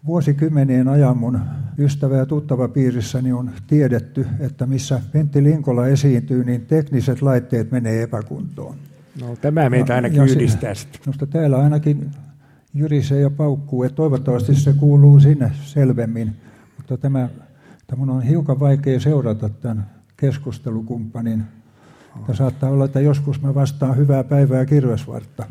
Vuosikymmenien ajan mun ystävä- ja tuttavapiirissäni on tiedetty, että missä Pentti Linkola esiintyy, niin tekniset laitteet menee epäkuntoon. No tämä meitä aina kyydistää. Minusta täällä ainakin jyrisee ja paukkuu, että toivottavasti se kuuluu sinne selvemmin. Mutta mun on hiukan vaikea seurata tämän keskustelukumppanin. Saattaa olla, että joskus mä vastaan hyvää päivää Kirvesvartta.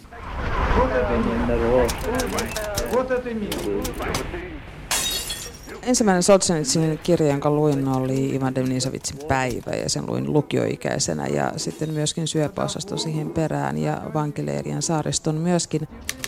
Ensimmäinen Solzhenitsynin kirja, jonka luin, oli Ivan Denisovitsin Päivä, ja sen luin lukioikäisenä, ja sitten myöskin Syöpäosasto siihen perään ja Vankileirien saariston myöskin.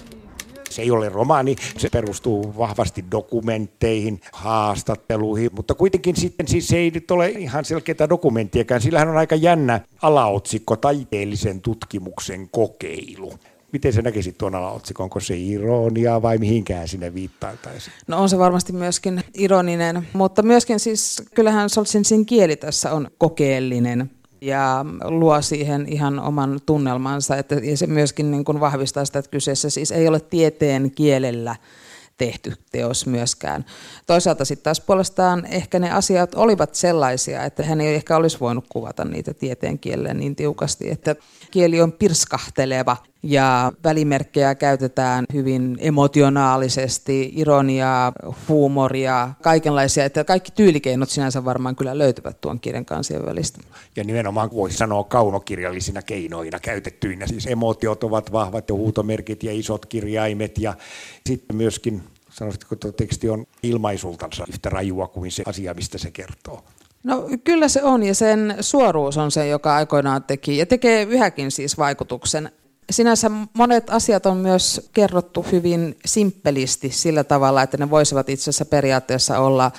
Se ei ole romaani, se perustuu vahvasti dokumentteihin, haastatteluihin, mutta kuitenkin sitten siis se ei nyt ole ihan selkeää dokumenttiakaan. Sillähän on aika jännä alaotsikko, taiteellisen tutkimuksen kokeilu. Miten sä näkisit tuon alaotsikon? Onko se ironiaa vai mihinkään sinne viittailtaisiin? No on se varmasti myöskin ironinen, mutta myöskin siis kyllähän Solzhenitsyn kieli tässä on kokeellinen ja luo siihen ihan oman tunnelmansa, että se myöskin niin kuin vahvistaa sitä, että kyseessä siis ei ole tieteen kielellä tehty teos myöskään. Toisaalta sitten taas puolestaan ehkä ne asiat olivat sellaisia, että hän ei ehkä olisi voinut kuvata niitä tieteen kielellä niin tiukasti, että kieli on pirskahteleva ja välimerkkejä käytetään hyvin emotionaalisesti, ironiaa, huumoria, kaikenlaisia, että kaikki tyylikeinot sinänsä varmaan kyllä löytyvät tuon kirjan kansien välistä. Ja nimenomaan voisi sanoa kaunokirjallisina keinoina käytettyinä, siis emotiot ovat vahvat ja huutomerkit ja isot kirjaimet ja sitten myöskin, sanoisitko, että teksti on ilmaisultansa yhtä rajua kuin se asia, mistä se kertoo? No kyllä se on, ja sen suoruus on se, joka aikoinaan teki ja tekee yhäkin siis vaikutuksen. Sinänsä monet asiat on myös kerrottu hyvin simppelisti sillä tavalla, että ne voisivat itse asiassa periaatteessa olla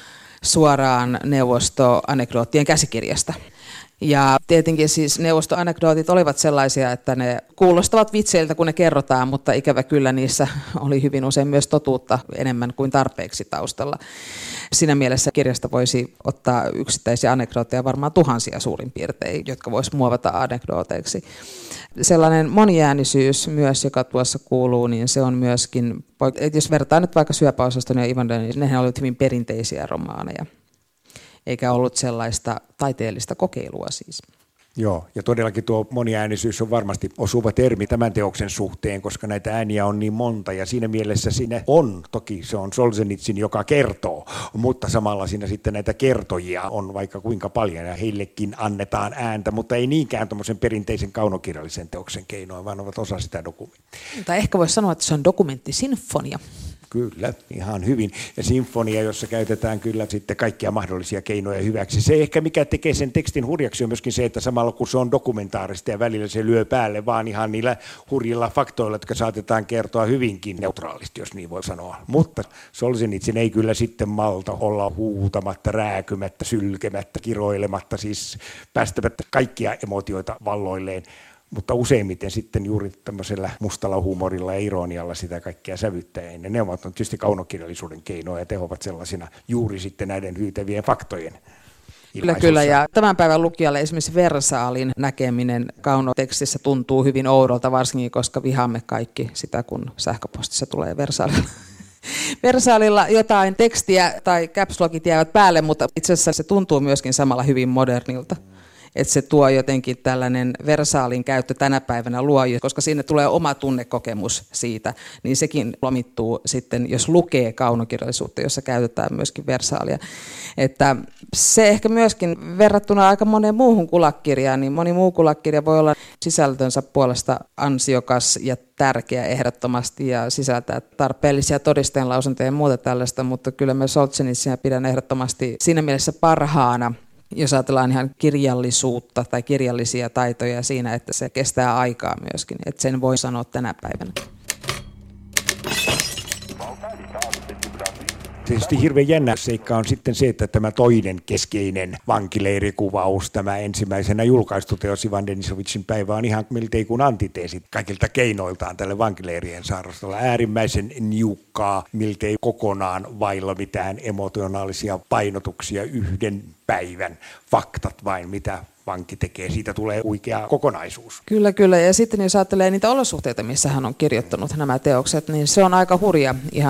suoraan neuvostoanekdoottien käsikirjasta. Ja tietenkin siis neuvostoanekdootit olivat sellaisia, että ne kuulostavat vitseiltä, kun ne kerrotaan, mutta ikävä kyllä niissä oli hyvin usein myös totuutta enemmän kuin tarpeeksi taustalla. Siinä mielessä kirjasta voisi ottaa yksittäisiä anekdootteja, varmaan tuhansia suurin piirtein, jotka voisi muovata anekdooteiksi. Sellainen moniäänisyys myös, joka tuossa kuuluu, niin se on myöskin, jos vertaa nyt vaikka Syöpäosaston ja Ivan Denisovic, nehän olivat hyvin perinteisiä romaaneja. Eikä ollut sellaista taiteellista kokeilua siis. Joo, ja todellakin tuo moniäänisyys on varmasti osuva termi tämän teoksen suhteen, koska näitä ääniä on niin monta, ja siinä mielessä siinä on, toki se on Solzhenitsyn, joka kertoo, mutta samalla siinä sitten näitä kertojia on vaikka kuinka paljon, ja heillekin annetaan ääntä, mutta ei niinkään tuommoisen perinteisen kaunokirjallisen teoksen keinoin, vaan ovat osa sitä dokumenttia. Tai ehkä voisi sanoa, että se on dokumenttisinfonia. Kyllä, ihan hyvin. Ja sinfonia, jossa käytetään kyllä sitten kaikkia mahdollisia keinoja hyväksi. Se ehkä mikä tekee sen tekstin hurjaksi on myöskin se, että samalla kun se on dokumentaarista ja välillä se lyö päälle vaan ihan niillä hurjilla faktoilla, jotka saatetaan kertoa hyvinkin neutraalisti, jos niin voi sanoa. Mutta Solzhenitsyn ei kyllä sitten malta olla huutamatta, rääkymättä, sylkemättä, kiroilematta, siis päästämättä kaikkia emotioita valloilleen. Mutta useimmiten sitten juuri tämmöisellä mustalla huumorilla ja ironialla sitä kaikkea sävyttää. Ne ovat tietysti kaunokirjallisuuden keinoja ja tehovat sellaisina juuri sitten näiden hyytävien faktojen ilmaisussa. Kyllä, ja tämän päivän lukijalle esimerkiksi Versaalin näkeminen kaunotekstissä tuntuu hyvin oudolta, varsinkin koska vihaamme kaikki sitä, kun sähköpostissa tulee Versaalilla jotain tekstiä tai caps lockit jäävät päälle, mutta itse asiassa se tuntuu myöskin samalla hyvin modernilta. Että se tuo jotenkin tällainen Versaalin käyttö tänä päivänä luo, koska siinä tulee oma tunnekokemus siitä, niin sekin lomittuu sitten, jos lukee kaunokirjallisuutta, jossa käytetään myöskin Versaalia. Että se ehkä myöskin verrattuna aika moneen muuhun kulakkirjaan, niin moni muu kulakkirja voi olla sisältönsä puolesta ansiokas ja tärkeä ehdottomasti ja sisältää tarpeellisia todisteenlausuntoja ja muuta tällaista, mutta kyllä mä Solzhenitsynia pidän ehdottomasti siinä mielessä parhaana, jos ajatellaan ihan kirjallisuutta tai kirjallisia taitoja siinä, että se kestää aikaa myöskin, että sen voi sanoa tänä päivänä. Tietysti hirveän jännä seikka on sitten se, että tämä toinen keskeinen vankileirikuvaus, tämä ensimmäisenä julkaistu teos Ivan Denisovicin Päivä on ihan miltei kuin antiteesi kaikilta keinoiltaan tälle vankileirien sairastolla. Äärimmäisen niukkaa, miltei kokonaan vailla mitään emotionaalisia painotuksia, yhden päivän faktat vain, mitä vanki tekee. Siitä tulee huikea kokonaisuus. Kyllä. Ja sitten jos ajattelee niitä olosuhteita, missä hän on kirjoittanut nämä teokset, niin se on aika hurja ihan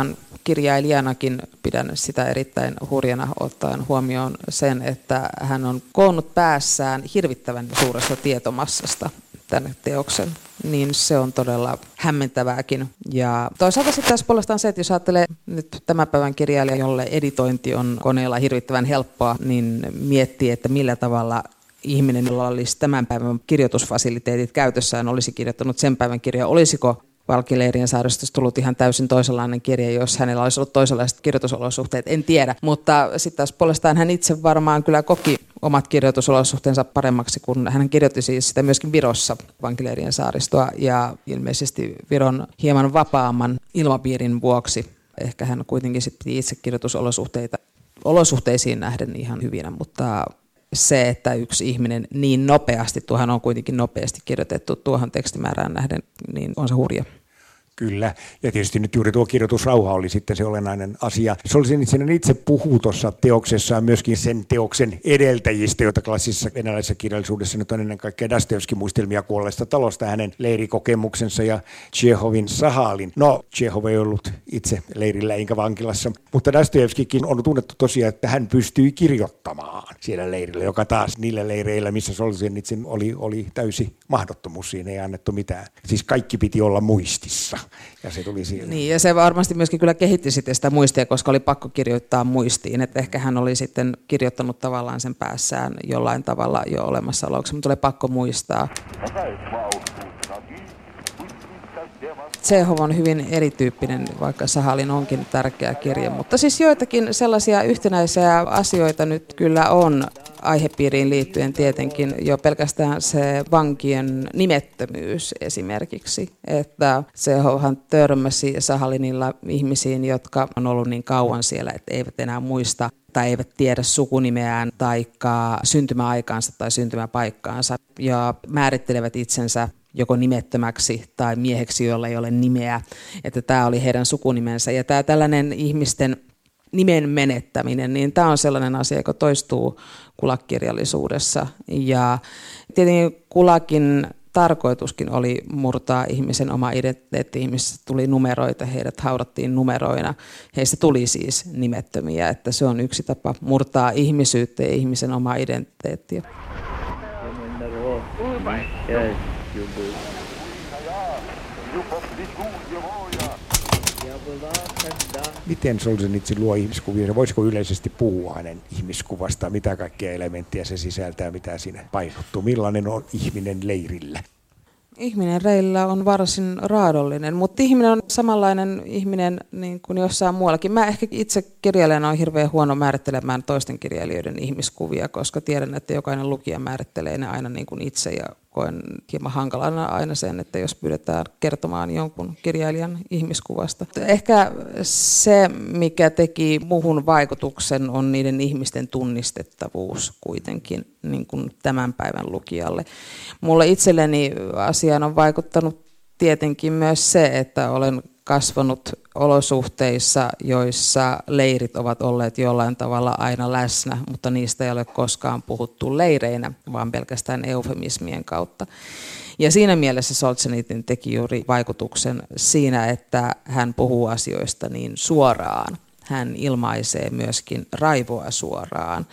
kirjailijanakin pidän sitä erittäin hurjana ottaen huomioon sen, että hän on koonnut päässään hirvittävän suuresta tietomassasta tänne teoksen, niin se on todella hämmentävääkin. Ja toisaalta sitten tässä puolestaan se, että jos ajattelee nyt tämän päivän kirjailija, jolle editointi on koneella hirvittävän helppoa, niin miettii, että millä tavalla ihminen, jolla olisi tämän päivän kirjoitusfasiliteetit käytössään, olisi kirjoittanut sen päivän kirjaa, olisiko Valkealeirien saaristosta tullut ihan täysin toisenlainen kirja, jos hänellä olisi ollut toisenlaiset kirjoitusolosuhteet, en tiedä. Mutta sitten taas puolestaan hän itse varmaan kyllä koki omat kirjoitusolosuhteensa paremmaksi, kun hän kirjoitti siis sitä myöskin Virossa Valkealeirien saaristoa ja ilmeisesti Viron hieman vapaamman ilmapiirin vuoksi. Ehkä hän kuitenkin sitten piti itse olosuhteisiin nähden ihan hyvinä, mutta se, että yksi ihminen niin nopeasti, tuohan on kuitenkin nopeasti kirjoitettu tuohon tekstimäärään nähden, niin on se hurja. Kyllä, ja tietysti nyt juuri tuo kirjoitusrauha oli sitten se olennainen asia. Solženicynin itse puhuu tuossa teoksessaan myöskin sen teoksen edeltäjistä, joita klassisessa venäläisessä kirjallisuudessa nyt on ennen kaikkea Dostojevskin muistelmia kuolleesta talosta, hänen leirikokemuksensa ja Tšehovin Sahalin. No, Tšehov ei ollut itse leirillä enkä vankilassa, mutta Dostojevskikin on tunnettu tosiaan, että hän pystyi kirjoittamaan siellä leirillä, joka taas niillä leireillä, missä Solženicynin oli täysi mahdottomuus, siinä ei annettu mitään. Siis kaikki piti olla muistissa. Ja se tuli siihen. Niin, ja se varmasti myöskin kyllä kehitti sitten sitä muistia, koska oli pakko kirjoittaa muistiin, että ehkä hän oli sitten kirjoittanut tavallaan sen päässään jollain tavalla jo olemassaoloksi, mutta oli pakko muistaa. Tšehov on hyvin erityyppinen, vaikka Sahalin onkin tärkeä kirja, mutta siis joitakin sellaisia yhtenäisiä asioita nyt kyllä on aihepiiriin liittyen tietenkin jo pelkästään se vankien nimettömyys esimerkiksi, että Tšehovhan törmäsi Sahalinilla ihmisiin, jotka on ollut niin kauan siellä, että eivät enää muista tai eivät tiedä sukunimeään tai syntymäaikaansa tai syntymäpaikkaansa ja määrittelevät itsensä joko nimettömäksi tai mieheksi, jolla ei ole nimeä, että tämä oli heidän sukunimensä. Ja tämä tällainen ihmisten nimen menettäminen, niin tämä on sellainen asia, joka toistuu kulakirjallisuudessa. Ja tietenkin kulakin tarkoituskin oli murtaa ihmisen oma identiteetti. Ihmisistä tuli numeroita, heidät haudattiin numeroina. Heistä tuli siis nimettömiä, että se on yksi tapa murtaa ihmisyyttä ja ihmisen omaa identiteettiä. Miten Solženicynin luo ihmiskuvia? Voisiko yleisesti puhua hänen ihmiskuvastaan? Mitä kaikkia elementtejä se sisältää? Mitä siinä painottuu? Millainen on ihminen leirillä? Ihminen leirillä on varsin raadollinen, mutta ihminen on samanlainen ihminen niin kuin jossain muuallakin. Mä ehkä itse kirjailijana olen hirveän huono määrittelemään toisten kirjailijoiden ihmiskuvia, koska tiedän, että jokainen lukija määrittelee ne aina niin kuin itse ja koen hieman hankalana aina sen, että jos pyydetään kertomaan jonkun kirjailijan ihmiskuvasta. Ehkä se, mikä teki muuhun vaikutuksen, on niiden ihmisten tunnistettavuus kuitenkin niin kuin tämän päivän lukijalle. Mulle itselleni asiaan on vaikuttanut tietenkin myös se, että olen kasvanut olosuhteissa, joissa leirit ovat olleet jollain tavalla aina läsnä, mutta niistä ei ole koskaan puhuttu leireinä, vaan pelkästään eufemismien kautta. Ja siinä mielessä Solženicynin teki juuri vaikutuksen siinä, että hän puhuu asioista niin suoraan. Hän ilmaisee myöskin raivoa suoraan.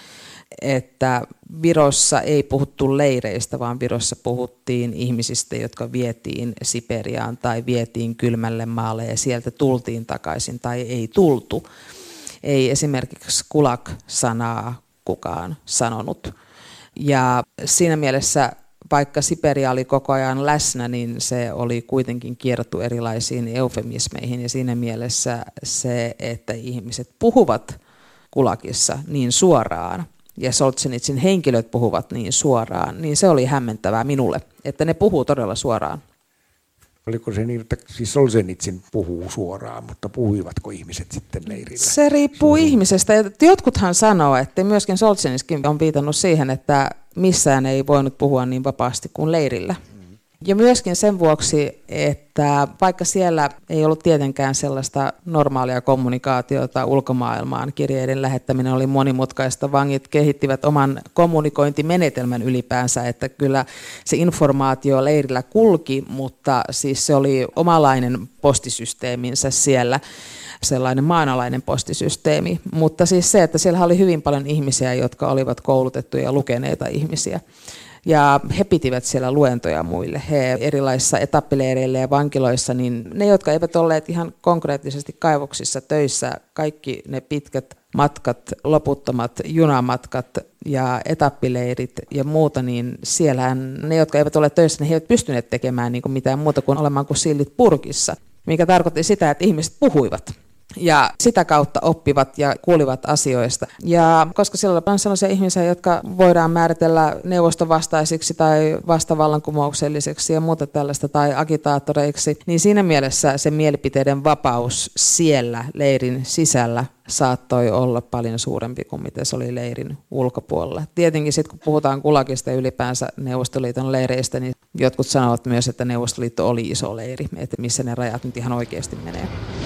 Että Virossa ei puhuttu leireistä, vaan Virossa puhuttiin ihmisistä, jotka vietiin Siperiaan tai vietiin kylmälle maalle ja sieltä tultiin takaisin tai ei tultu. Ei esimerkiksi kulak-sanaa kukaan sanonut. Ja siinä mielessä, vaikka Siperia oli koko ajan läsnä, niin se oli kuitenkin kierrottu erilaisiin eufemismeihin ja siinä mielessä se, että ihmiset puhuvat kulakissa niin suoraan, ja Solženicynin henkilöt puhuvat niin suoraan, niin se oli hämmentävää minulle, että ne puhuu todella suoraan. Oliko se niin, että siis Solženicynin puhuu suoraan, mutta puhuivatko ihmiset sitten leirillä? Se riippuu ihmisestä. Jotkuthan sanoo, että myöskin Solženicynin on viitannut siihen, että missään ei voinut puhua niin vapaasti kuin leirillä. Ja myöskin sen vuoksi, että vaikka siellä ei ollut tietenkään sellaista normaalia kommunikaatiota ulkomaailmaan, kirjeiden lähettäminen oli monimutkaista, vangit kehittivät oman kommunikointimenetelmän ylipäänsä, että kyllä se informaatio leirillä kulki, mutta siis se oli omalainen postisysteeminsä siellä, sellainen maanalainen postisysteemi, mutta siis se, että siellä oli hyvin paljon ihmisiä, jotka olivat koulutettuja ja lukeneita ihmisiä. Ja he pitivät siellä luentoja muille. He erilaisissa etappileireillä ja vankiloissa, niin ne, jotka eivät olleet ihan konkreettisesti kaivoksissa töissä, kaikki ne pitkät matkat, loputtomat junamatkat ja etappileirit ja muuta, niin siellähän ne, jotka eivät ole töissä, niin he eivät pystyneet tekemään niin kuin mitään muuta kuin olemaan kuin sillit purkissa, mikä tarkoitti sitä, että ihmiset puhuivat. Ja sitä kautta oppivat ja kuulivat asioista. Ja koska siellä on sellaisia ihmisiä, jotka voidaan määritellä neuvostovastaisiksi tai vastavallankumouksellisiksi ja muuta tällaista tai agitaattoreiksi, niin siinä mielessä se mielipiteiden vapaus siellä leirin sisällä saattoi olla paljon suurempi kuin mitä se oli leirin ulkopuolella. Tietenkin sitten kun puhutaan Gulagista ja ylipäänsä Neuvostoliiton leireistä, niin jotkut sanovat myös, että Neuvostoliitto oli iso leiri, että missä ne rajat nyt ihan oikeasti menee.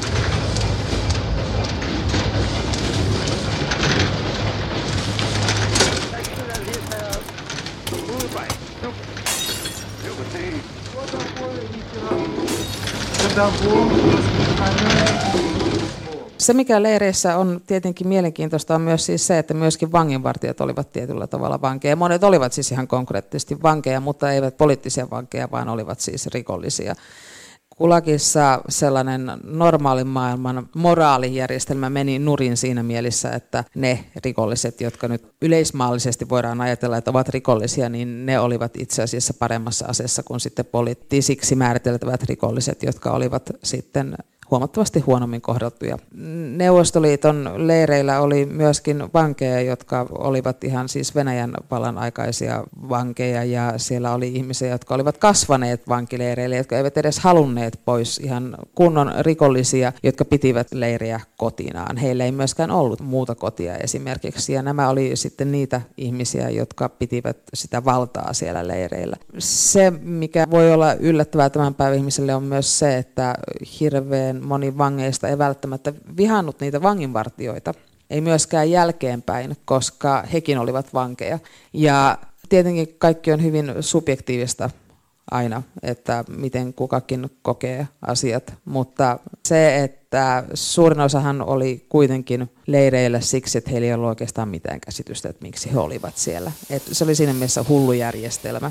Se, mikä leireissä on tietenkin mielenkiintoista, on myös siis se, että myöskin vanginvartijat olivat tietyllä tavalla vankeja. Monet olivat siis ihan konkreettisesti vankeja, mutta eivät poliittisia vankeja, vaan olivat siis rikollisia. Gulagissa sellainen normaalin maailman moraalijärjestelmä meni nurin siinä mielessä, että ne rikolliset, jotka nyt yleismaallisesti voidaan ajatella, että ovat rikollisia, niin ne olivat itse asiassa paremmassa aseessa kuin sitten poliittisiksi määriteltävät rikolliset, jotka olivat sitten huomattavasti huonommin kohdeltuja. Neuvostoliiton leireillä oli myöskin vankeja, jotka olivat ihan siis Venäjän vallan aikaisia vankeja, ja siellä oli ihmisiä, jotka olivat kasvaneet vankileireille, jotka eivät edes halunneet pois, ihan kunnon rikollisia, jotka pitivät leiriä kotinaan. Heillä ei myöskään ollut muuta kotia esimerkiksi, ja nämä oli sitten niitä ihmisiä, jotka pitivät sitä valtaa siellä leireillä. Se, mikä voi olla yllättävää tämän päivän ihmiselle, on myös se, että hirveän moni vangeista ei välttämättä vihannut niitä vanginvartijoita, ei myöskään jälkeenpäin, koska hekin olivat vankeja. Ja tietenkin kaikki on hyvin subjektiivista aina, että miten kukakin kokee asiat, mutta se, että suurin osahan oli kuitenkin leireillä siksi, että heillä ei ollut oikeastaan mitään käsitystä, että miksi he olivat siellä. Että se oli siinä mielessä hullu järjestelmä.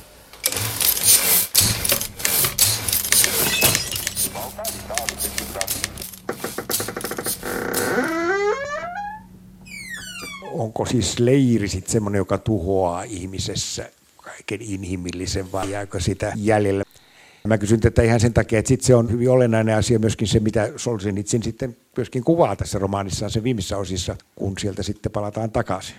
Onko siis leiri sitten semmoinen, joka tuhoaa ihmisessä kaiken inhimillisen, vai jääkö sitä jäljellä? Mä kysyn tätä ihan sen takia, että sit se on hyvin olennainen asia myöskin se, mitä Solzhenitsyn sitten myöskin kuvaa tässä romaanissaan sen viimeisissä osissa, kun sieltä sitten palataan takaisin.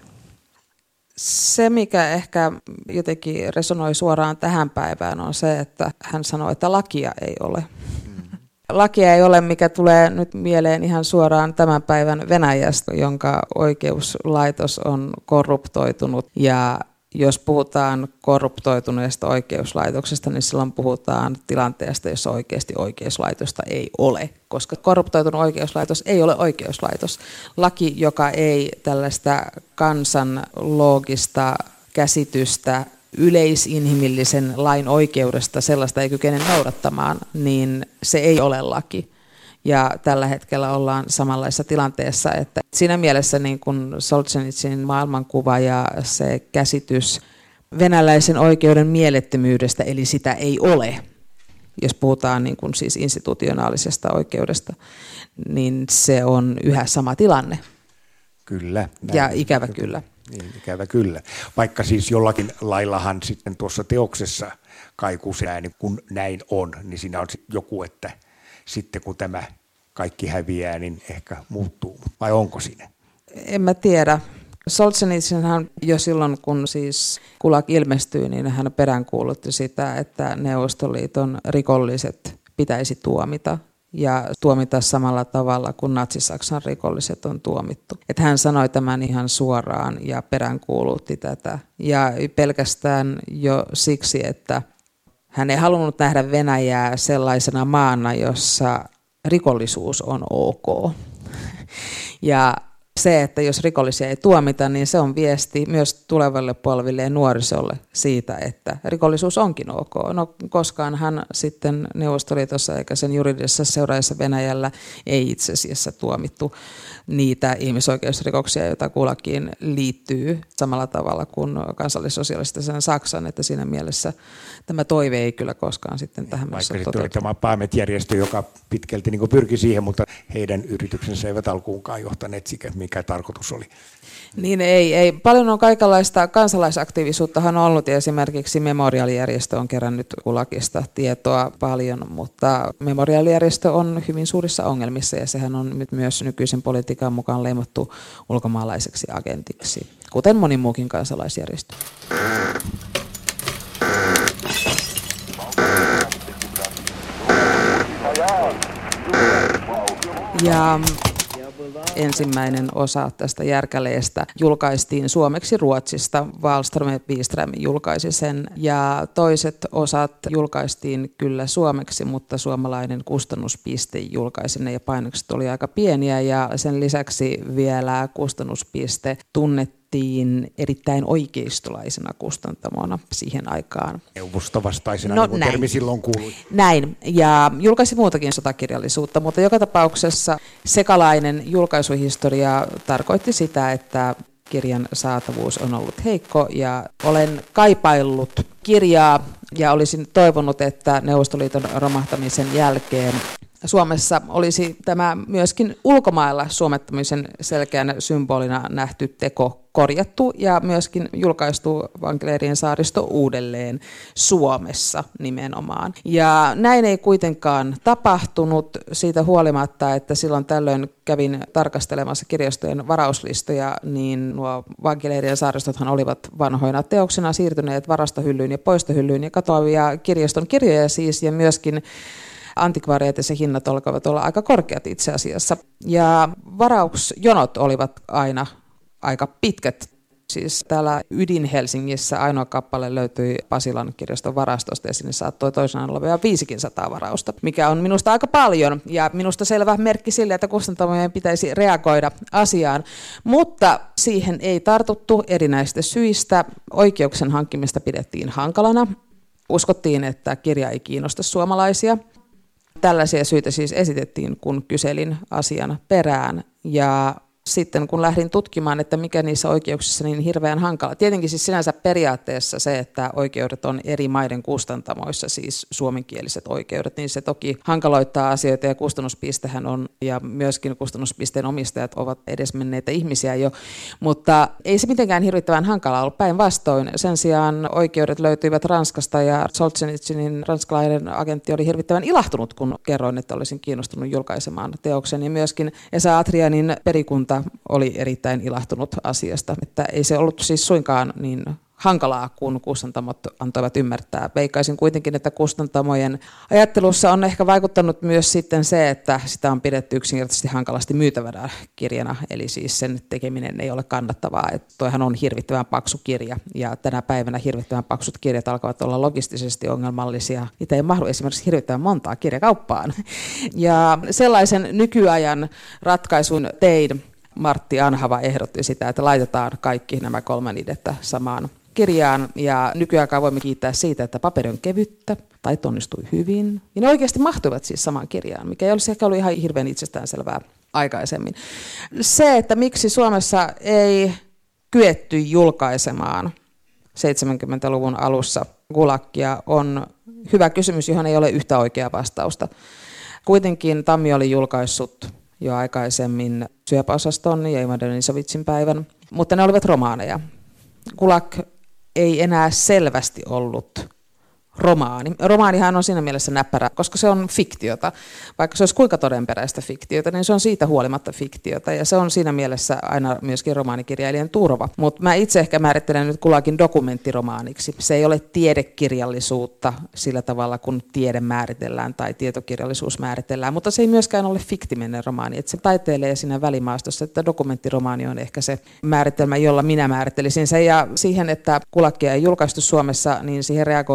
Se, mikä ehkä jotenkin resonoi suoraan tähän päivään, on se, että hän sanoo, että lakia ei ole. Lakia ei ole, mikä tulee nyt mieleen ihan suoraan tämän päivän Venäjästä, jonka oikeuslaitos on korruptoitunut. Ja jos puhutaan korruptoituneesta oikeuslaitoksesta, niin silloin puhutaan tilanteesta, jossa oikeasti oikeuslaitosta ei ole. Koska korruptoitunut oikeuslaitos ei ole oikeuslaitos. Laki, joka ei tällaista kansan loogista käsitystä yleisinhimillisen lain oikeudesta, sellaista ei kykene noudattamaan, niin se ei ole laki. Ja tällä hetkellä ollaan samanlaisessa tilanteessa, että siinä mielessä niin kuin Solzhenitsyn maailmankuva ja se käsitys venäläisen oikeuden mielettömyydestä, eli sitä ei ole, jos puhutaan niin kuin siis institutionaalisesta oikeudesta, niin se on yhä sama tilanne. Kyllä. Ja ikävä kyllä. Niin, ikävä kyllä. Vaikka siis jollakin laillahan sitten tuossa teoksessa kaikuu se ääni, kun näin on, niin siinä on joku, että sitten kun tämä kaikki häviää, niin ehkä muuttuu. Vai onko siinä? En mä tiedä. Solzhenitsynhan jo silloin, kun siis Gulag ilmestyi, niin hän peräänkuulutti sitä, että Neuvostoliiton rikolliset pitäisi tuomita. Ja tuomita samalla tavalla kuin Natsi-Saksan rikolliset on tuomittu. Että hän sanoi tämän ihan suoraan ja peräänkuulutti tätä. Ja pelkästään jo siksi, että Hän ei halunnut nähdä Venäjää sellaisena maana, jossa rikollisuus on ok. Ja se, että jos rikollisia ei tuomita, niin se on viesti myös tulevalle polville ja nuorisolle siitä, että rikollisuus onkin ok. No koskaanhan sitten Neuvostoliitossa eikä sen juridisessa seuraajassa Venäjällä ei itse asiassa tuomittu niitä ihmisoikeusrikoksia, joita Gulagiin liittyy samalla tavalla kuin kansallissosialistisen Saksan, että siinä mielessä tämä toive ei kyllä koskaan sitten tähän mennessä toteutunut. Vaikka sitten oli tämä PAMET-järjestö, joka pitkälti niin pyrki siihen, mutta heidän yrityksensä eivät alkuunkaan johtaneet siihen, mikä tarkoitus oli. Niin ei. Paljon on kaikenlaista kansalaisaktiivisuuttahan ollut ja esimerkiksi Memorial-järjestö on kerännyt Gulagista tietoa paljon, mutta Memorial-järjestö on hyvin suurissa ongelmissa ja sehän on nyt myös nykyisen politiikan mukaan leimattu ulkomaalaiseksi agentiksi, kuten moni muukin kansalaisjärjestö. Ja ensimmäinen osa tästä Järkäleestä julkaistiin suomeksi Ruotsista. Wahlström ja Wiström julkaisi sen. Ja toiset osat julkaistiin kyllä suomeksi, mutta suomalainen kustannuspiste julkaisi ne ja painokset oli aika pieniä. Ja sen lisäksi vielä kustannuspiste tunnettiin erittäin oikeistolaisena kustantamona siihen aikaan. Neuvostovastaisena, niin kuin termi silloin kuului. Näin, ja julkaisi muutakin sotakirjallisuutta, mutta joka tapauksessa sekalainen julkaisuhistoria tarkoitti sitä, että kirjan saatavuus on ollut heikko ja olen kaipaillut kirjaa ja olisin toivonut, että Neuvostoliiton romahtamisen jälkeen Suomessa olisi tämä myöskin ulkomailla suomettamisen selkeänä symbolina nähty teko korjattu ja myöskin julkaistu Vankileirien saaristo uudelleen Suomessa nimenomaan. Ja näin ei kuitenkaan tapahtunut siitä huolimatta, että silloin tällöin kävin tarkastelemassa kirjastojen varauslistoja, niin nuo Vankileirien saaristothan olivat vanhoina teoksina siirtyneet varastohyllyyn ja poistohyllyyn ja katoavia kirjaston kirjoja siis ja myöskin antikvariaatissa hinnat alkoivat olla aika korkeat itse asiassa. Ja varausjonot olivat aina aika pitkät. Siis täällä Ydin-Helsingissä ainoa kappale löytyi Pasilan kirjaston varastosta ja sinne saattoi toisenaan olla vielä 500 varausta, mikä on minusta aika paljon ja minusta selvä merkki sille, että kustantamojen pitäisi reagoida asiaan. Mutta siihen ei tartuttu erinäistä syistä. Oikeuksien hankkimista pidettiin hankalana. Uskottiin, että kirja ei kiinnosta suomalaisia. Tällaisia syitä siis esitettiin, kun kyselin asian perään ja sitten kun lähdin tutkimaan, että mikä niissä oikeuksissa niin hirveän hankala. Tietenkin siis sinänsä periaatteessa se, että oikeudet on eri maiden kustantamoissa, siis suomenkieliset oikeudet, niin se toki hankaloittaa asioita ja kustannuspistehän on, ja myöskin kustannuspisteen omistajat ovat edesmenneitä ihmisiä jo, mutta ei se mitenkään hirvittävän hankalaa ollut, päinvastoin. Sen sijaan oikeudet löytyivät Ranskasta ja Solzhenitsynin ranskalainen agentti oli hirvittävän ilahtunut, kun kerroin, että olisin kiinnostunut julkaisemaan teoksen, ja myöskin Esa Atrianin perikunta oli erittäin ilahtunut asiasta, että ei se ollut siis suinkaan niin hankalaa, kun kustantamot antoivat ymmärtää. Veikkaisin kuitenkin, että kustantamojen ajattelussa on ehkä vaikuttanut myös sitten se, että sitä on pidetty yksinkertaisesti hankalasti myytävänä kirjana, eli siis sen tekeminen ei ole kannattavaa. Että toihan on hirvittävän paksu kirja, ja tänä päivänä hirvittävän paksut kirjat alkavat olla logistisesti ongelmallisia. Niitä ei mahdu esimerkiksi hirvittävän montaa kirjakauppaan. Ja sellaisen nykyajan ratkaisun tein. Martti Anhava ehdotti sitä, että laitetaan kaikki nämä 3 liidettä samaan kirjaan. Ja nykyaikaan voimme kiittää siitä, että paperi on kevyttä, taito onnistui hyvin. Ja ne oikeasti mahtuivat siis samaan kirjaan, mikä ei olisi ehkä ollut ihan hirveän itsestäänselvää aikaisemmin. Se, että miksi Suomessa ei kyetty julkaisemaan 70-luvun alussa Gulagia, on hyvä kysymys, johon ei ole yhtä oikeaa vastausta. Kuitenkin Tammi oli julkaissut jo aikaisemmin Syöpäosaston ja Ivan Denisovitsin päivän, mutta ne olivat romaaneja. Gulag ei enää selvästi ollut romaani. Romaanihan on siinä mielessä näppärä, koska se on fiktiota. Vaikka se olisi kuinka todenperäistä fiktiota, niin se on siitä huolimatta fiktiota. Ja se on siinä mielessä aina myöskin romaanikirjailijan turva. Mutta mä itse ehkä määrittelen nyt Gulagin dokumenttiromaaniksi. Se ei ole tiedekirjallisuutta sillä tavalla, kun tiede määritellään tai tietokirjallisuus määritellään. Mutta se ei myöskään ole fiktiminen romaani. Että se taiteilee siinä välimaastossa, että dokumenttiromaani on ehkä se määritelmä, jolla minä määrittelisin sen. Ja siihen, että Gulagia ei julkaistu Suomessa, niin siihen reagoitiin myös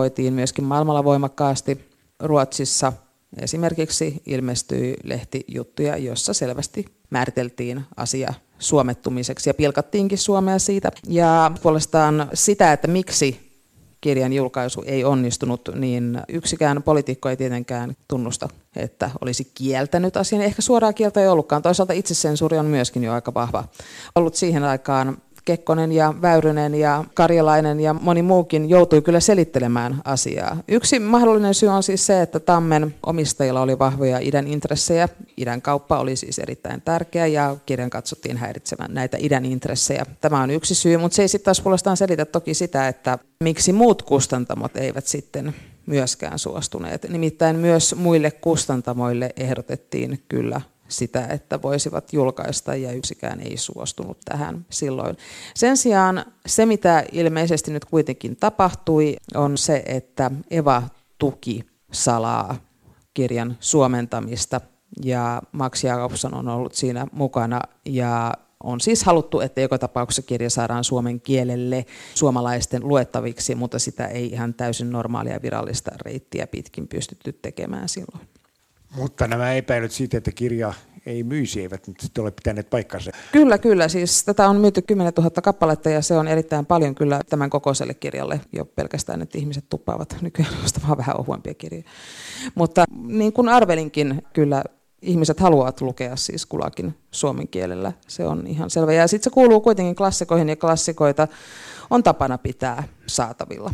myöskin maailmalla voimakkaasti. Ruotsissa esimerkiksi ilmestyi lehtijuttuja, jossa selvästi määriteltiin asia suomettumiseksi ja pilkattiinkin Suomea siitä. Ja puolestaan sitä, että miksi kirjan julkaisu ei onnistunut, niin yksikään poliitikko ei tietenkään tunnusta, että olisi kieltänyt asian. Ehkä suoraa kieltä ei ollutkaan. Toisaalta itsesensuuri on myöskin jo aika vahva ollut siihen aikaan. Kekkonen ja Väyrynen ja Karjalainen ja moni muukin joutui kyllä selittelemään asiaa. Yksi mahdollinen syy on siis se, että Tammen omistajilla oli vahvoja idän intressejä. Idän kauppa oli siis erittäin tärkeä ja kirjan katsottiin häiritsevän näitä idän intressejä. Tämä on yksi syy, mutta se ei sitten taas puolestaan selitä toki sitä, että miksi muut kustantamot eivät sitten myöskään suostuneet. Nimittäin myös muille kustantamoille ehdotettiin kyllä sitä, että voisivat julkaista ja yksikään ei suostunut tähän silloin. Sen sijaan se, mitä ilmeisesti nyt kuitenkin tapahtui, on se, että Eva tuki salaa kirjan suomentamista ja Max Jakobson on ollut siinä mukana ja on siis haluttu, että joka tapauksessa kirja saadaan suomen kielelle suomalaisten luettaviksi, mutta sitä ei ihan täysin normaalia virallista reittiä pitkin pystytty tekemään silloin. Mutta nämä epäilyt siitä, että kirja ei myisi, eivät nyt sitten ole pitäneet paikkansa. Kyllä. Siis tätä on myyty 10 000 kappaletta ja se on erittäin paljon kyllä tämän kokoiselle kirjalle. Jo pelkästään, että ihmiset tuppaavat nykyään ostamaan vähän ohuempia kirjoja. Mutta niin kuin arvelinkin, kyllä ihmiset haluavat lukea siis Kulakin suomen kielellä. Se on ihan selvä. Ja sitten se kuuluu kuitenkin klassikoihin ja klassikoita on tapana pitää saatavilla.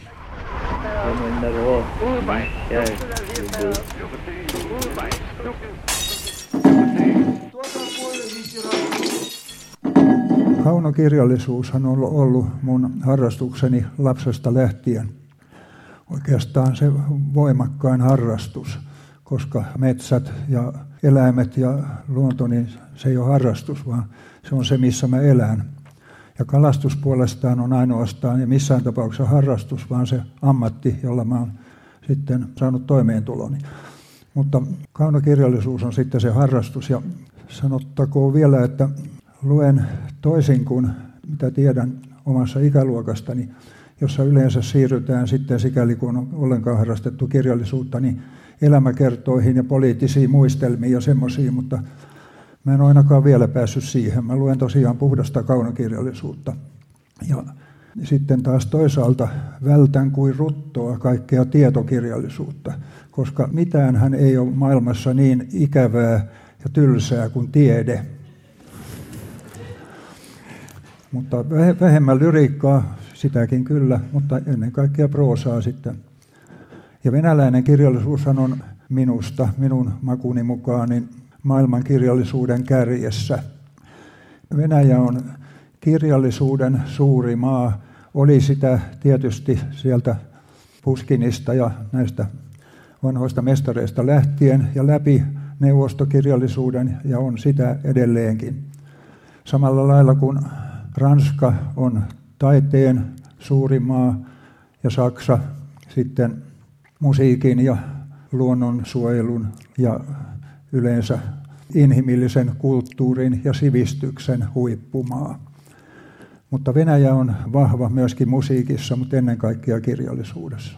Kaunokirjallisuus on ollut mun harrastukseni lapsesta lähtien. Oikeastaan se voimakkain harrastus, koska metsät ja eläimet ja luonto, niin se ei ole harrastus, vaan se on se, missä mä elän. Ja kalastus puolestaan on ainoastaan ja missään tapauksessa harrastus, vaan se ammatti, jolla mä oon sitten saanut toimeentuloni. Mutta kaunokirjallisuus on sitten se harrastus ja sanottakoon vielä, että luen toisin kuin mitä tiedän omassa ikäluokastani, jossa yleensä siirrytään sitten sikäli kun on ollenkaan harrastettu kirjallisuutta, niin elämäkertoihin ja poliittisiin muistelmiin ja semmoisiin, mutta mä en ole ainakaan vielä päässyt siihen. Mä luen tosiaan puhdasta kaunokirjallisuutta. Ja sitten taas toisaalta vältän kuin ruttoa kaikkea tietokirjallisuutta, koska mitäänhän ei ole maailmassa niin ikävää ja tylsää kuin tiede. Mutta vähemmän lyriikkaa, sitäkin kyllä, mutta ennen kaikkea proosaa sitten. Ja venäläinen kirjallisuushan on minun makuni mukaan, niin maailman kirjallisuuden kärjessä. Venäjä on kirjallisuuden suuri maa, oli sitä tietysti sieltä Puskinista ja näistä vanhoista mestareista lähtien ja läpi neuvostokirjallisuuden ja on sitä edelleenkin. Samalla lailla kuin Ranska on taiteen suuri maa ja Saksa sitten musiikin ja luonnonsuojelun ja yleensä inhimillisen kulttuurin ja sivistyksen huippumaa. Mutta Venäjä on vahva myöskin musiikissa, mutta ennen kaikkea kirjallisuudessa.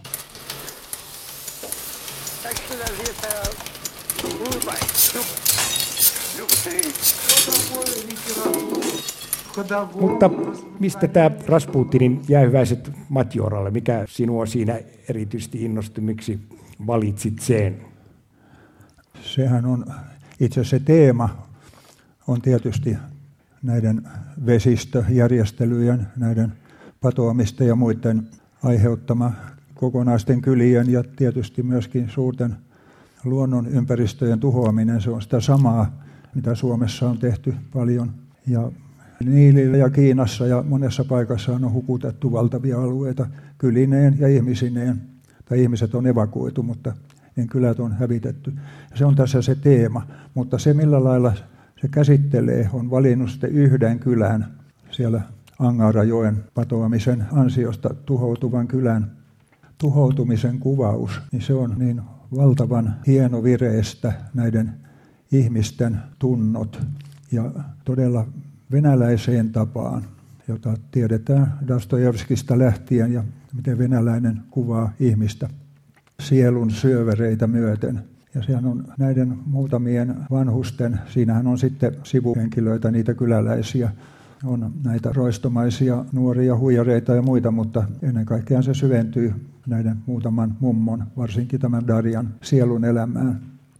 Mutta mistä tämä Rasputinin jäähyväiset Matjoralle, mikä sinua siinä erityisesti innosti, miksi valitsit sen? Sehän on, itse se teema on tietysti näiden vesistöjärjestelyjen, näiden patoamisten ja muiden aiheuttama kokonaisten kylien ja tietysti myöskin suurten luonnonympäristöjen tuhoaminen. Se on sitä samaa, mitä Suomessa on tehty paljon. Ja Niilillä ja Kiinassa ja monessa paikassa on hukutettu valtavia alueita kylineen ja ihmisineen. Tai ihmiset on evakuoitu, mutta kylät on hävitetty. Se on tässä se teema, mutta se millä lailla se käsittelee, on valinnut sitten yhden kylän siellä Angarajoen patoamisen ansiosta tuhoutuvan kylän tuhoutumisen kuvaus, niin se on niin valtavan hieno vireestä näiden ihmisten tunnot ja todella venäläiseen tapaan, jota tiedetään Dostojevskista lähtien ja miten venäläinen kuvaa ihmistä. sielun syövereitä myöten. Ja sehän on näiden muutamien vanhusten, siinähän on sitten sivuhenkilöitä, niitä kyläläisiä, on näitä roistomaisia nuoria huijareita ja muita, mutta ennen kaikkea se syventyy näiden muutaman mummon, varsinkin tämän Darjan sielun elämään.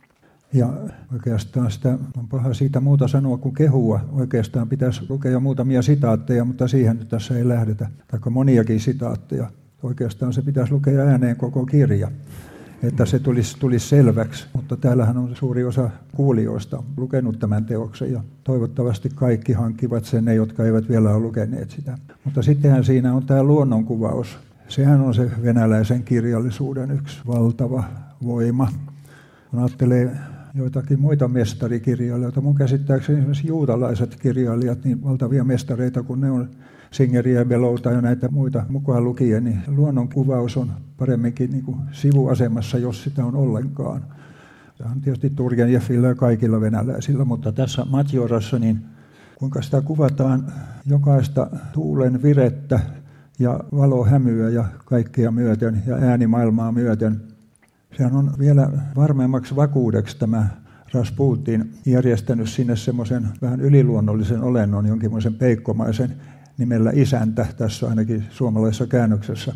Ja oikeastaan sitä on paha siitä muuta sanoa kuin kehua. Oikeastaan pitäisi lukea jo muutamia sitaatteja, mutta siihen nyt tässä ei lähdetä. Taikka moniakin sitaatteja. Oikeastaan se pitäisi lukea ääneen koko kirja, että se tulisi selväksi. Mutta täällähän on suuri osa kuulijoista lukenut tämän teoksen ja toivottavasti kaikki hankkivat sen, ne jotka eivät vielä ole lukeneet sitä. Mutta sittenhän siinä on tämä luonnonkuvaus. Sehän on se venäläisen kirjallisuuden yksi valtava voima. Kun ajattelee joitakin muita mestarikirjailijoita, mun käsittääkseni esimerkiksi juutalaiset kirjailijat, niin valtavia mestareita, kun ne on Singeriä, Belouta ja näitä muita mukaan lukien, niin luonnonkuvaus on paremminkin niin kuin sivuasemassa, jos sitä on ollenkaan. Tämä on tietysti Turgenjevillä ja kaikilla venäläisillä, mutta tässä Matjorassa, niin kuinka sitä kuvataan jokaista tuulen virettä ja valohämyä ja kaikkea myöten ja äänimaailmaa myöten. Sehän on vielä varmemmaksi vakuudeksi tämä Rasputin järjestänyt sinne semmoisen vähän yliluonnollisen olennon, jonkinlaisen peikkomaisen nimellä isäntä tässä ainakin suomalaisessa käännöksessä.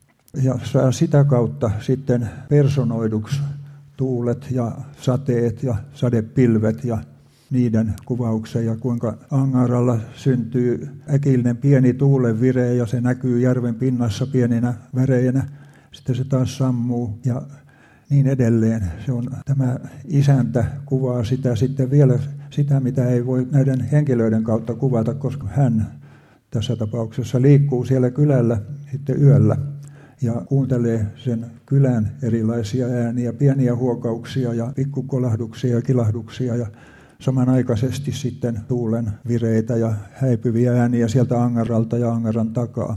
Ja saa sitä kautta sitten personoiduksi tuulet ja sateet ja sadepilvet ja niiden kuvauksen ja kuinka Angaralla syntyy äkillinen pieni tuulenvire ja se näkyy järven pinnassa pieninä väreinä. Sitten se taas sammuu ja niin edelleen. Se on, tämä isäntä kuvaa sitä sitten vielä sitä, mitä ei voi näiden henkilöiden kautta kuvata, koska hän tässä tapauksessa liikkuu siellä kylällä sitten yöllä ja kuuntelee sen kylän erilaisia ääniä, pieniä huokauksia ja pikkukolahduksia ja kilahduksia ja samanaikaisesti sitten tuulen vireitä ja häipyviä ääniä sieltä Angaralta ja Angaran takaa.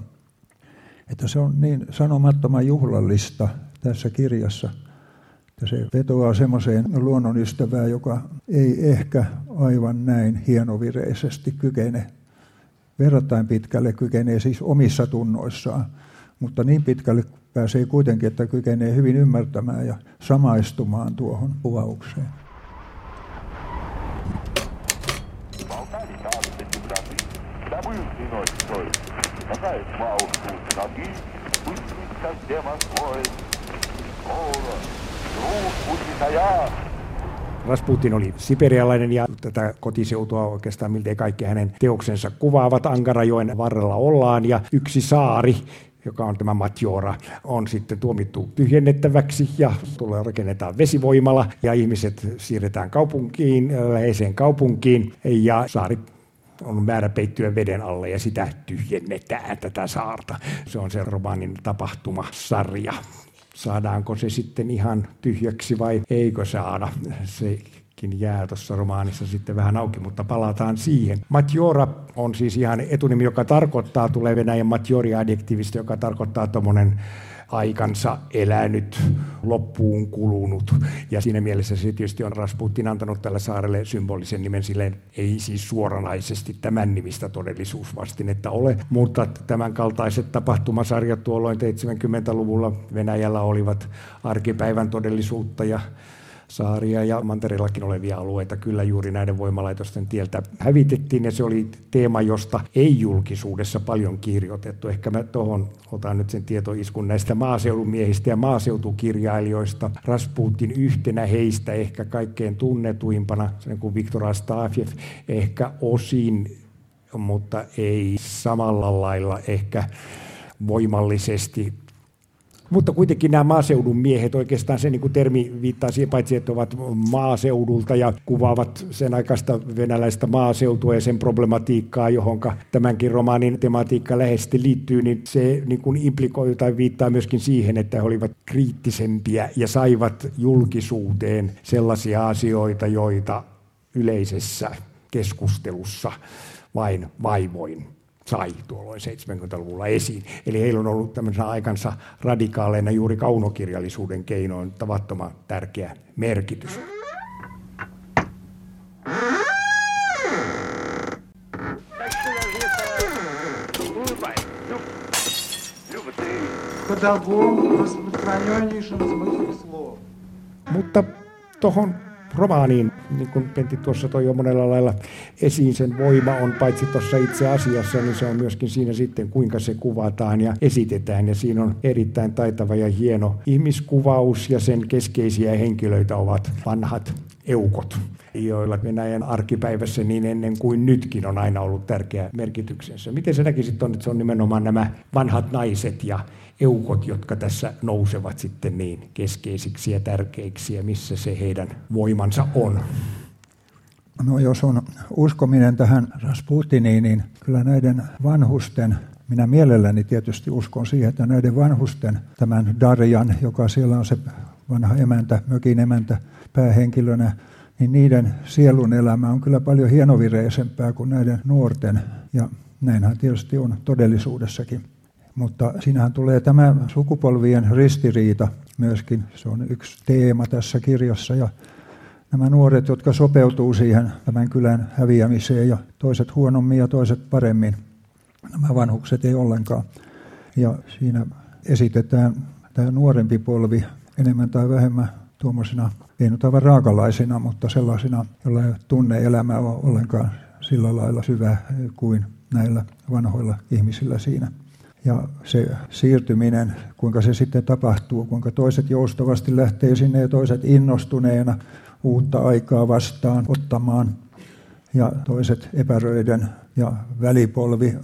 Että se on niin sanomattoman juhlallista tässä kirjassa. Ja se vetoaa semmoiseen luonnonystävään, joka ei ehkä aivan näin hienovireisesti kykene. Verrattain pitkälle kykenee siis omissa tunnoissaan, mutta niin pitkälle pääsee kuitenkin, että kykenee hyvin ymmärtämään ja samaistumaan tuohon kuvaukseen. Rasputin oli siperialainen ja tätä kotiseutua oikeastaan miltei kaikki hänen teoksensa kuvaavat. Angarajoen varrella ollaan ja yksi saari, joka on tämä Matjora, on sitten tuomittu tyhjennettäväksi ja rakennetaan vesivoimala ja ihmiset siirretään kaupunkiin, läheiseen kaupunkiin ja saari on määrä peittyä veden alle ja sitä tyhjennetään tätä saarta. Se on se romaanin tapahtumasarja. Saadaanko se sitten ihan tyhjäksi vai eikö saada? Sekin jää tuossa romaanissa sitten vähän auki, mutta palataan siihen. Matjora on siis ihan etunimi, joka tarkoittaa, tulee Venäjän Matjori-adjektiivista, joka tarkoittaa tommonen aikansa elänyt, loppuun kulunut. Ja siinä mielessä se tietysti on Rasputin antanut tällä saarelle symbolisen nimen, silleen ei siis suoranaisesti tämän nimistä todellisuusvastinetta ole, mutta tämän kaltaiset tapahtumasarjat tuolloin 70-luvulla Venäjällä olivat arkipäivän todellisuutta ja saaria ja mantereellakin olevia alueita kyllä juuri näiden voimalaitosten tieltä hävitettiin ja se oli teema, josta ei julkisuudessa paljon kirjoitettu. Ehkä mä tuohon otan nyt sen tietoiskun näistä maaseudun miehistä ja maaseutukirjailijoista. Rasputin yhtenä heistä ehkä kaikkein tunnetuimpana, sen kuin Viktor Astafjev, ehkä osin, mutta ei samalla lailla ehkä voimallisesti. Mutta kuitenkin nämä maaseudun miehet, oikeastaan se niin kuin termi viittaa siihen, paitsi että ovat maaseudulta ja kuvaavat sen aikaista venäläistä maaseutua ja sen problematiikkaa, johon tämänkin romaanin tematiikka läheisesti liittyy, niin se niin kuin implikoi tai viittaa myöskin siihen, että he olivat kriittisempiä ja saivat julkisuuteen sellaisia asioita, joita yleisessä keskustelussa vain vaivoin sai tuolloin 70-luvulla esiin. Eli heillä on ollut tämmöisenä aikansa radikaaleina juuri kaunokirjallisuuden keinoin tavattoman tärkeä merkitys. По-другому, сохраненнейшем смысле слова. Mutta tuohon romaaniin, niin kuin Pentti tuossa toi jo monella lailla esiin, sen voima on paitsi tuossa itse asiassa, niin se on myöskin siinä sitten, kuinka se kuvataan ja esitetään. Ja siinä on erittäin taitava ja hieno ihmiskuvaus, ja sen keskeisiä henkilöitä ovat vanhat eukot, joilla Venäjän arkipäivässä niin ennen kuin nytkin on aina ollut tärkeä merkityksensä. Miten sä näkisit on, että se on nimenomaan nämä vanhat naiset ja eukot, jotka tässä nousevat sitten niin keskeisiksi ja tärkeiksi, ja missä se heidän voimansa on? No jos on uskominen tähän Rasputiniin, niin kyllä näiden vanhusten, minä mielelläni tietysti uskon siihen, että näiden vanhusten, tämän Darjan, joka siellä on se vanha emäntä, mökin emäntä päähenkilönä, niin niiden sielun elämä on kyllä paljon hienovireisempää kuin näiden nuorten, ja näinhän tietysti on todellisuudessakin. Mutta siinähän tulee tämä sukupolvien ristiriita myöskin, se on yksi teema tässä kirjassa, ja nämä nuoret, jotka sopeutuu siihen tämän kylän häviämiseen, ja toiset huonommin ja toiset paremmin, nämä vanhukset ei ollenkaan. Ja siinä esitetään tämä nuorempi polvi enemmän tai vähemmän tuommoisina, ei nyt aivan raakalaisina, mutta sellaisina, joilla ei tunne-elämä ole ollenkaan sillä lailla syvä kuin näillä vanhoilla ihmisillä siinä. Ja se siirtyminen, kuinka se sitten tapahtuu, kuinka toiset joustavasti lähtee sinne ja toiset innostuneena uutta aikaa vastaan ottamaan ja toiset epäröiden ja välipolvi.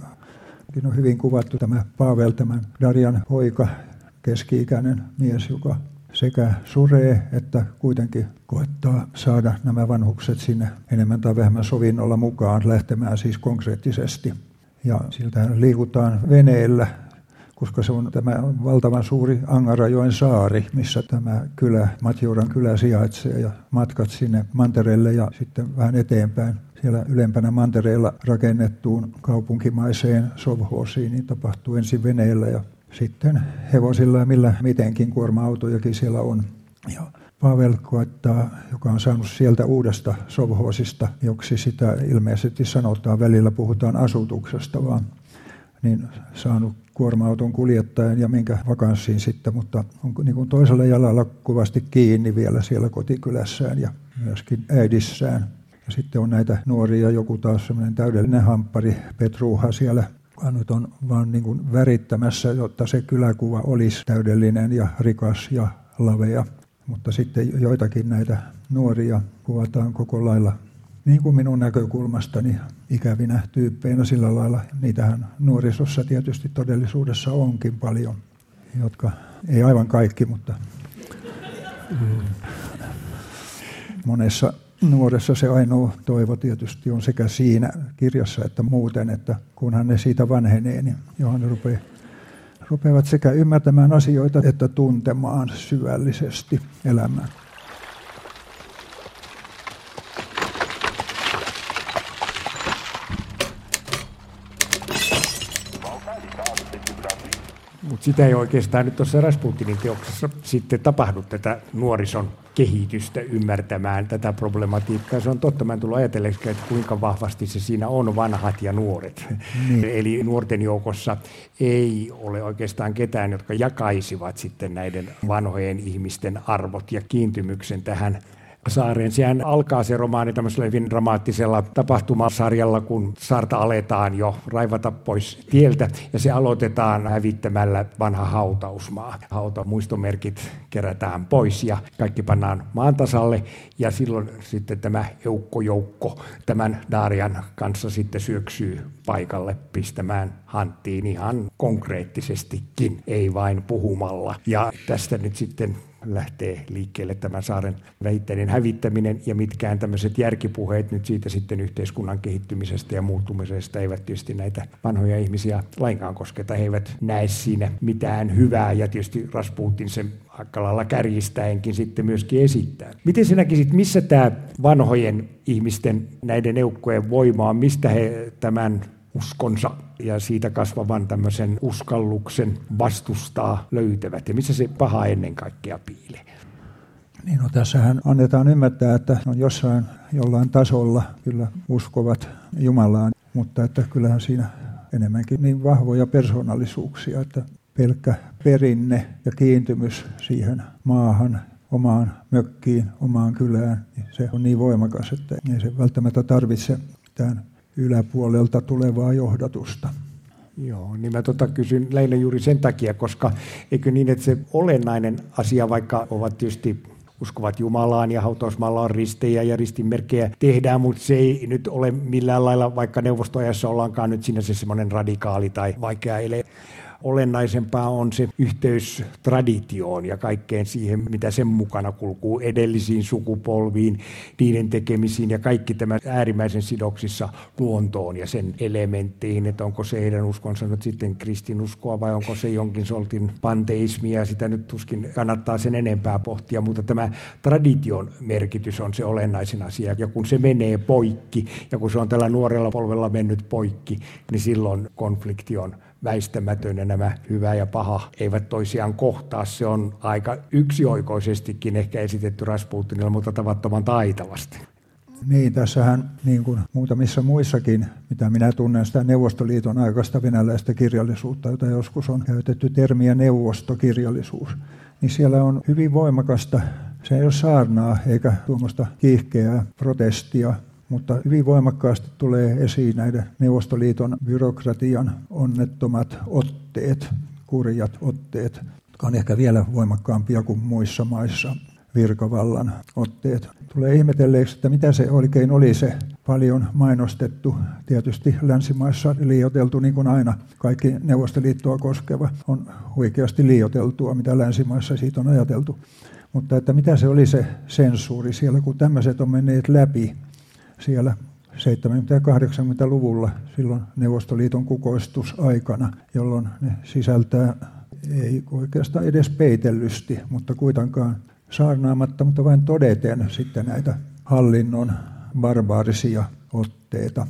On hyvin kuvattu tämä Pavel, tämän Darjan poika, keski-ikäinen mies, joka sekä suree että kuitenkin koettaa saada nämä vanhukset sinne enemmän tai vähemmän sovinnolla mukaan lähtemään siis konkreettisesti. Ja siltähän liikutaan veneellä, koska se on tämä valtavan suuri Angarajoen saari, missä tämä kylä, Matjuran kylä sijaitsee, ja matkat sinne mantereelle ja sitten vähän eteenpäin siellä ylempänä mantereella rakennettuun kaupunkimaiseen sovhoosiin, niin tapahtuu ensin veneellä ja sitten hevosilla ja millä mitenkin, kuorma-autojakin siellä on. Ja Pavel koettaa, joka on saanut sieltä uudesta sovhoosista, joksi sitä ilmeisesti sanotaan, välillä puhutaan asutuksesta vaan, niin saanut kuorma-auton kuljettajan ja minkä vakanssiin sitten, mutta on niin kuin toisella jalalla kovasti kiinni vielä siellä kotikylässään ja myöskin äidissään. Ja sitten on näitä nuoria, joku taas semmoinen täydellinen hamppari, Petruha siellä, joka nyt on vaan niin kuin värittämässä, jotta se kyläkuva olisi täydellinen ja rikas ja lavea. Mutta sitten joitakin näitä nuoria kuvataan koko lailla, niin kuin minun näkökulmastani, ikävinä tyyppeinä sillä lailla. Niitähän nuorisossa tietysti todellisuudessa onkin paljon, jotka ei aivan kaikki, mutta monessa nuoressa se ainoa toivo tietysti on sekä siinä kirjassa että muuten, että kunhan ne siitä vanhenee, niin johon ne rupeavat sekä ymmärtämään asioita että tuntemaan syvällisesti elämää. Mutta sitä ei oikeastaan nyt tuossa Rasputinin teoksessa sitten tapahdu tätä nuorison kehitystä ymmärtämään tätä problematiikkaa. Se on totta, mä en tullut ajatelleeksi, että kuinka vahvasti se siinä on vanhat ja nuoret. Niin. Eli nuorten joukossa ei ole oikeastaan ketään, jotka jakaisivat sitten näiden vanhojen ihmisten arvot ja kiintymyksen tähän saareen. Sehän alkaa se romaani tämmöisellä hyvin dramaattisella tapahtumasarjalla, kun saarta aletaan jo raivata pois tieltä, ja se aloitetaan hävittämällä vanha hautausmaa. Hautamuistomerkit kerätään pois ja kaikki pannaan maan tasalle, ja silloin sitten tämä eukkojoukko tämän Darjan kanssa sitten syöksyy paikalle pistämään hanttiin ihan konkreettisestikin, ei vain puhumalla. Ja tästä nyt sitten lähtee liikkeelle tämän saaren vähittäinen hävittäminen, ja mitkään tämmöiset järkipuheet nyt siitä sitten yhteiskunnan kehittymisestä ja muuttumisesta eivät tietysti näitä vanhoja ihmisiä lainkaan kosketa. He eivät näe siinä mitään hyvää, ja tietysti Rasputin sen aika lailla kärjistäenkin sitten myöskin esittää. Miten sinä näkisit, missä tämä vanhojen ihmisten, näiden eukkojen voima on, mistä he tämän uskonsa ja siitä kasvavan tämmöisen uskalluksen vastustaa löytävät, ja missä se paha ennen kaikkea piilee? Niin no, tässähän annetaan ymmärtää, että on jossain jollain tasolla kyllä uskovat Jumalaan, mutta että kyllähän siinä enemmänkin niin vahvoja persoonallisuuksia, että pelkkä perinne ja kiintymys siihen maahan, omaan mökkiin, omaan kylään, niin se on niin voimakas, että ei se välttämättä tarvitse mitään yläpuolelta tulevaa johdatusta. Joo, niin mä kysyn lähinnä juuri sen takia, koska eikö niin, että se olennainen asia, vaikka ovat tietysti uskovat Jumalaan ja hautausmaalla on ristejä ja ristinmerkkejä tehdään, mutta se ei nyt ole millään lailla, vaikka neuvostoajassa ollaankaan nyt sinänsä semmoinen radikaali tai vaikea ele. Olennaisempaa on se yhteys traditioon ja kaikkeen siihen, mitä sen mukana kulkuu edellisiin sukupolviin, niiden tekemisiin ja kaikki tämä äärimmäisen sidoksissa luontoon ja sen elementteihin, että onko se heidän uskonsa nyt sitten kristinuskoa vai onko se jonkin sortin panteismia, sitä nyt tuskin kannattaa sen enempää pohtia, mutta tämä tradition merkitys on se olennaisin asia ja kun se menee poikki ja kun se on tällä nuorella polvella mennyt poikki, niin silloin konflikti on väistämätön ja nämä hyvä ja paha eivät toisiaan kohtaa. Se on aika yksioikoisestikin ehkä esitetty Rasputinilla, mutta tavattoman taitavasti. Niin, tässähän niin kuin muutamissa muissakin, mitä minä tunnen sitä Neuvostoliiton aikaista venäläistä kirjallisuutta, jota joskus on käytetty termiä neuvostokirjallisuus, niin siellä on hyvin voimakasta, se ei ole saarnaa eikä tuommoista kiihkeää protestia, mutta hyvin voimakkaasti tulee esiin näiden Neuvostoliiton byrokratian onnettomat otteet, kurjat otteet, jotka on ehkä vielä voimakkaampia kuin muissa maissa, virkavallan otteet. Tulee ihmetelleeksi, että mitä se oikein oli se paljon mainostettu, tietysti länsimaissa liioiteltu, niin kuin aina kaikki Neuvostoliittoa koskeva on huikeasti liioiteltua, mitä länsimaissa siitä on ajateltu. Mutta että mitä se oli se sensuuri siellä, kun tämmöiset on menneet läpi siellä 70- ja 80-luvulla, silloin Neuvostoliiton kukoistusaikana, jolloin ne sisältää, ei oikeastaan edes peitellysti, mutta kuitenkaan saarnaamatta, mutta vain todeten sitten näitä hallinnon barbaarisia otteita.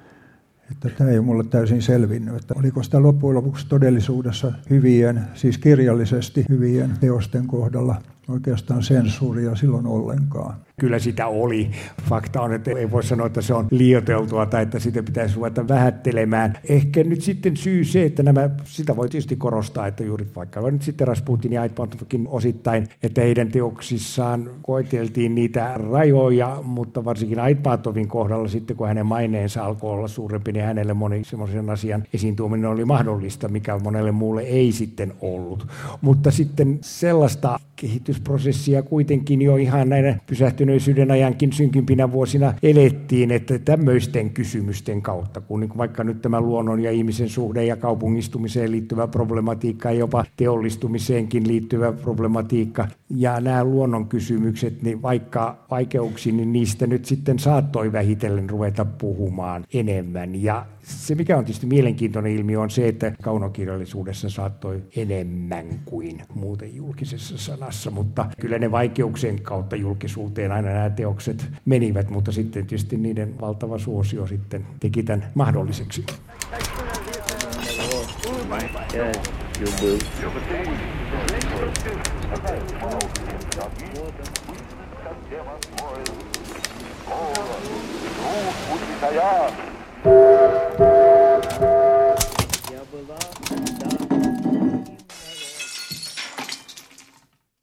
Että tämä ei ole mulle täysin selvinnyt, että oliko sitä loppujen lopuksi todellisuudessa hyvien, siis kirjallisesti hyvien teosten kohdalla oikeastaan sensuuria silloin ollenkaan. Kyllä sitä oli. Fakta on, että ei voi sanoa, että se on liioiteltua tai että sitä pitäisi ruveta vähättelemään. Ehkä nyt sitten syy se, että sitä voi tietysti korostaa, että juuri vaikka nyt sitten Rasputin ja Aitmatovkin osittain, että heidän teoksissaan koeteltiin niitä rajoja, mutta varsinkin Aitmatovin kohdalla sitten, kun hänen maineensa alkoi olla suurempi, niin hänelle moni semmoisen asian esiin tuominen oli mahdollista, mikä monelle muulle ei sitten ollut. Mutta sitten sellaista kehitysprosessia kuitenkin jo ihan näiden pysähtyneisyyden ajankin synkimpinä vuosina elettiin, että tämmöisten kysymysten kautta, kun vaikka nyt tämä luonnon ja ihmisen suhde ja kaupungistumiseen liittyvä problematiikka ja jopa teollistumiseenkin liittyvä problematiikka ja nämä luonnon kysymykset, niin vaikka vaikeuksiin, niin niistä nyt sitten saattoi vähitellen ruveta puhumaan enemmän. Ja se, mikä on tietysti mielenkiintoinen ilmiö, on se, että kaunokirjallisuudessa saattoi enemmän kuin muuten julkisessa sanassa, mutta kyllä ne vaikeuksien kautta julkisuuteen aina nämä teokset menivät, mutta sitten tietysti niiden valtava suosio sitten teki tämän mahdolliseksi. Yeah.